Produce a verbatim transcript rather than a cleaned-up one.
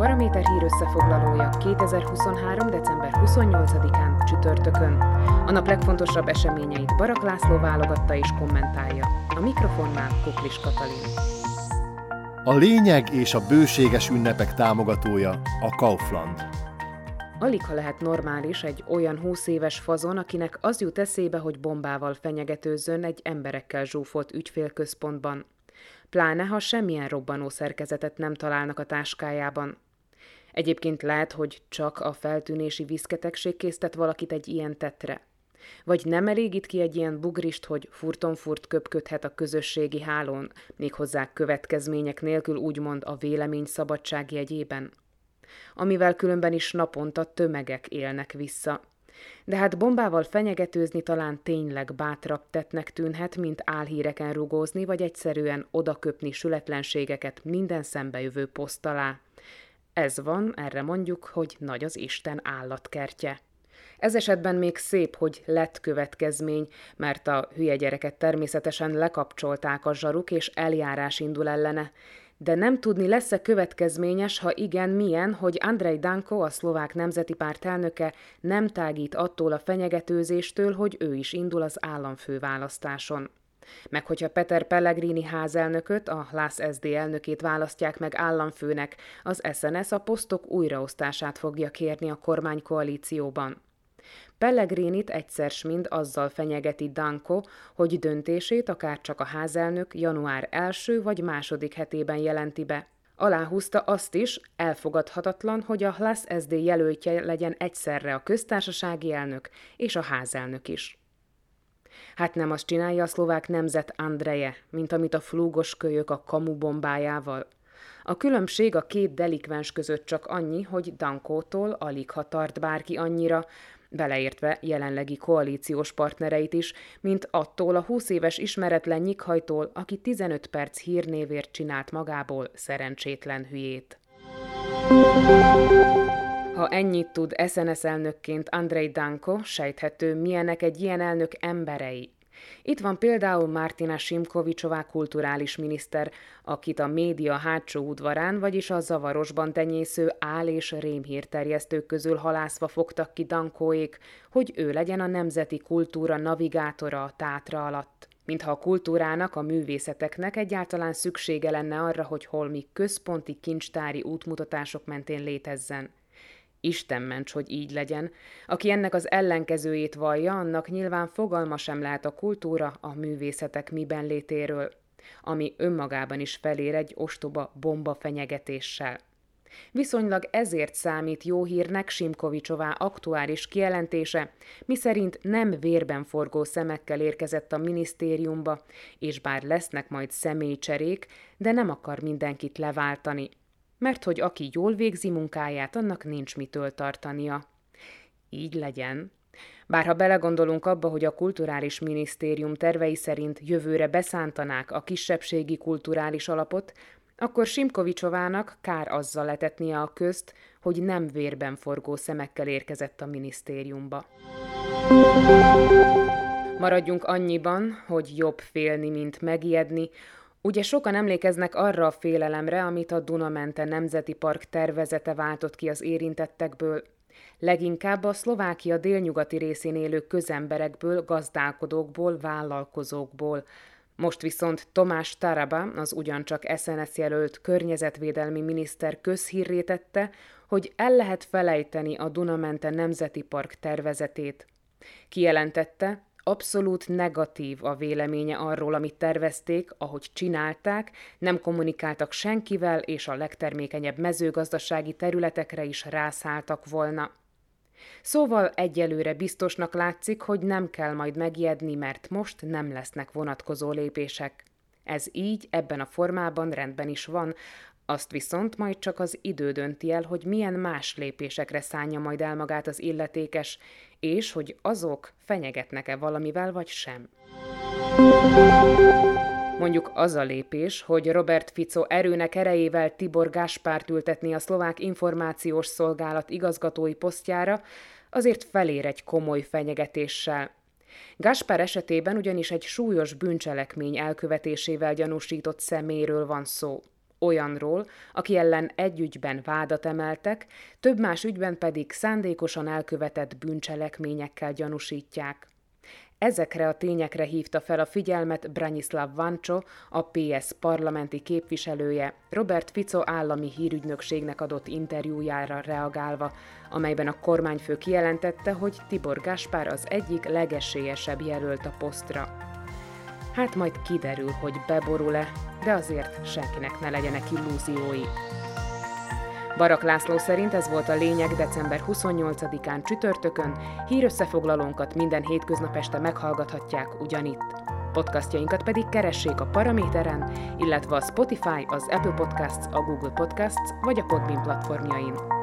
Paraméter hír összefoglalója kétezer-huszonhárom. december huszonnyolcadikán csütörtökön. A nap legfontosabb eseményeit Barak László válogatta és kommentálja. A mikrofonnál Kuklis Katalin. A lényeg és a bőséges ünnepek támogatója a Kaufland. Aligha lehet normális egy olyan húsz éves fazon, akinek az jut eszébe, hogy bombával fenyegetőzzön egy emberekkel zsúfolt ügyfélközpontban. Pláne, ha semmilyen robbanó szerkezetet nem találnak a táskájában. Egyébként lehet, hogy csak a feltűnési viszketegség késztet valakit egy ilyen tettre. Vagy nem elégít ki egy ilyen bugrist, hogy furtonfurt köpködhet a közösségi hálón, méghozzá következmények nélkül úgymond a vélemény szabadság jegyében. Amivel különben is naponta tömegek élnek vissza. De hát bombával fenyegetőzni talán tényleg bátrabb tettnek tűnhet, mint álhíreken rugózni, vagy egyszerűen odaköpni sületlenségeket minden szembejövő poszt alá. Ez van, erre mondjuk, hogy nagy az Isten állatkertje. Ez esetben még szép, hogy lett következmény, mert a hülye gyereket természetesen lekapcsolták a zsaruk, és eljárás indul ellene. De nem tudni, lesz-e következményes, ha igen, milyen, hogy Andrej Danko, a szlovák nemzeti párt elnöke nem tágít attól a fenyegetőzéstől, hogy ő is indul az államfőválasztáson. Meg hogyha Peter Pellegrini házelnököt, a Hlas es dé elnökét választják meg államfőnek, az es en es a posztok újraosztását fogja kérni a kormánykoalícióban. Pellegrinit egyszer s mind azzal fenyegeti Danko, hogy döntését akár csak a házelnök január első vagy második hetében jelenti be. Aláhúzta azt is, elfogadhatatlan, hogy a Hlas es dé jelöltje legyen egyszerre a köztársasági elnök és a házelnök is. Hát nem azt csinálja a szlovák nemzet Andreje, mint amit a flúgos kölyök a kamu bombájával. A különbség a két delikvens között csak annyi, hogy Dankótól aligha tart bárki annyira, beleértve jelenlegi koalíciós partnereit is, mint attól a húsz éves ismeretlen nyikhajtól, aki tizenöt perc hírnévért csinált magából szerencsétlen hülyét. Ha ennyit tud es en es elnökként Andrej Danko, sejthető, milyenek egy ilyen elnök emberei. Itt van például Martina Simkovicsová kulturális miniszter, akit a média hátsó udvarán, vagyis a zavarosban tenyésző ál- és rémhírterjesztők közül halászva fogtak ki Dankóék, hogy ő legyen a nemzeti kultúra navigátora a Tátra alatt. Mintha a kultúrának, a művészeteknek egyáltalán szüksége lenne arra, hogy holmi központi kincstári útmutatások mentén létezzen. Isten ments, hogy így legyen. Aki ennek az ellenkezőjét vallja, annak nyilván fogalma sem lehet a kultúra, a művészetek miben létéről, ami önmagában is felér egy ostoba bomba fenyegetéssel. Viszonylag ezért számít jó hírnek Simkovicsová aktuális kijelentése, miszerint nem vérben forgó szemekkel érkezett a minisztériumba, és bár lesznek majd személycserék, de nem akar mindenkit leváltani. Mert hogy aki jól végzi munkáját, annak nincs mitől tartania. Így legyen. Bár ha belegondolunk abba, hogy a kulturális minisztérium tervei szerint jövőre beszántanák a kisebbségi kulturális alapot, akkor Simkovicsovának kár azzal letetnie a közt, hogy nem vérben forgó szemekkel érkezett a minisztériumba. Maradjunk annyiban, hogy jobb félni, mint megijedni. Ugye sokan emlékeznek arra a félelemre, amit a Dunamente Nemzeti Park tervezete váltott ki az érintettekből. Leginkább a Szlovákia délnyugati részén élő közemberekből, gazdálkodókból, vállalkozókból. Most viszont Tomás Taraba, az ugyancsak es en es jelölt környezetvédelmi miniszter közhírré tette, hogy el lehet felejteni a Dunamente Nemzeti Park tervezetét. Kijelentette, abszolút negatív a véleménye arról, amit tervezték, ahogy csinálták, nem kommunikáltak senkivel, és a legtermékenyebb mezőgazdasági területekre is rászálltak volna. Szóval egyelőre biztosnak látszik, hogy nem kell majd megijedni, mert most nem lesznek vonatkozó lépések. Ez így, ebben a formában rendben is van, azt viszont majd csak az idő dönti el, hogy milyen más lépésekre szánja majd el magát az illetékes, és hogy azok fenyegetnek-e valamivel vagy sem. Mondjuk az a lépés, hogy Robert Fico erőnek erejével Tibor Gaspart ültetni a szlovák információs szolgálat igazgatói posztjára, azért felér egy komoly fenyegetéssel. Gaspar esetében ugyanis egy súlyos bűncselekmény elkövetésével gyanúsított személyről van szó. olyanról, aki ellen egy ügyben vádat emeltek, több más ügyben pedig szándékosan elkövetett bűncselekményekkel gyanúsítják. Ezekre a tényekre hívta fel a figyelmet Branislav Vancsó, a pé es parlamenti képviselője, Robert Fico állami hírügynökségnek adott interjújára reagálva, amelyben a kormányfő kijelentette, hogy Tibor Gáspár az egyik legesélyesebb jelölt a posztra. Hát majd kiderül, hogy beborul-e, de azért senkinek ne legyenek illúziói. Barak László szerint ez volt a lényeg december huszonnyolcadikán csütörtökön, hírösszefoglalónkat minden hétköznap este meghallgathatják ugyanitt. Podcastjainkat pedig keressék a Paraméteren, illetve a Spotify, az Apple Podcasts, a Google Podcasts vagy a Podbean platformjain.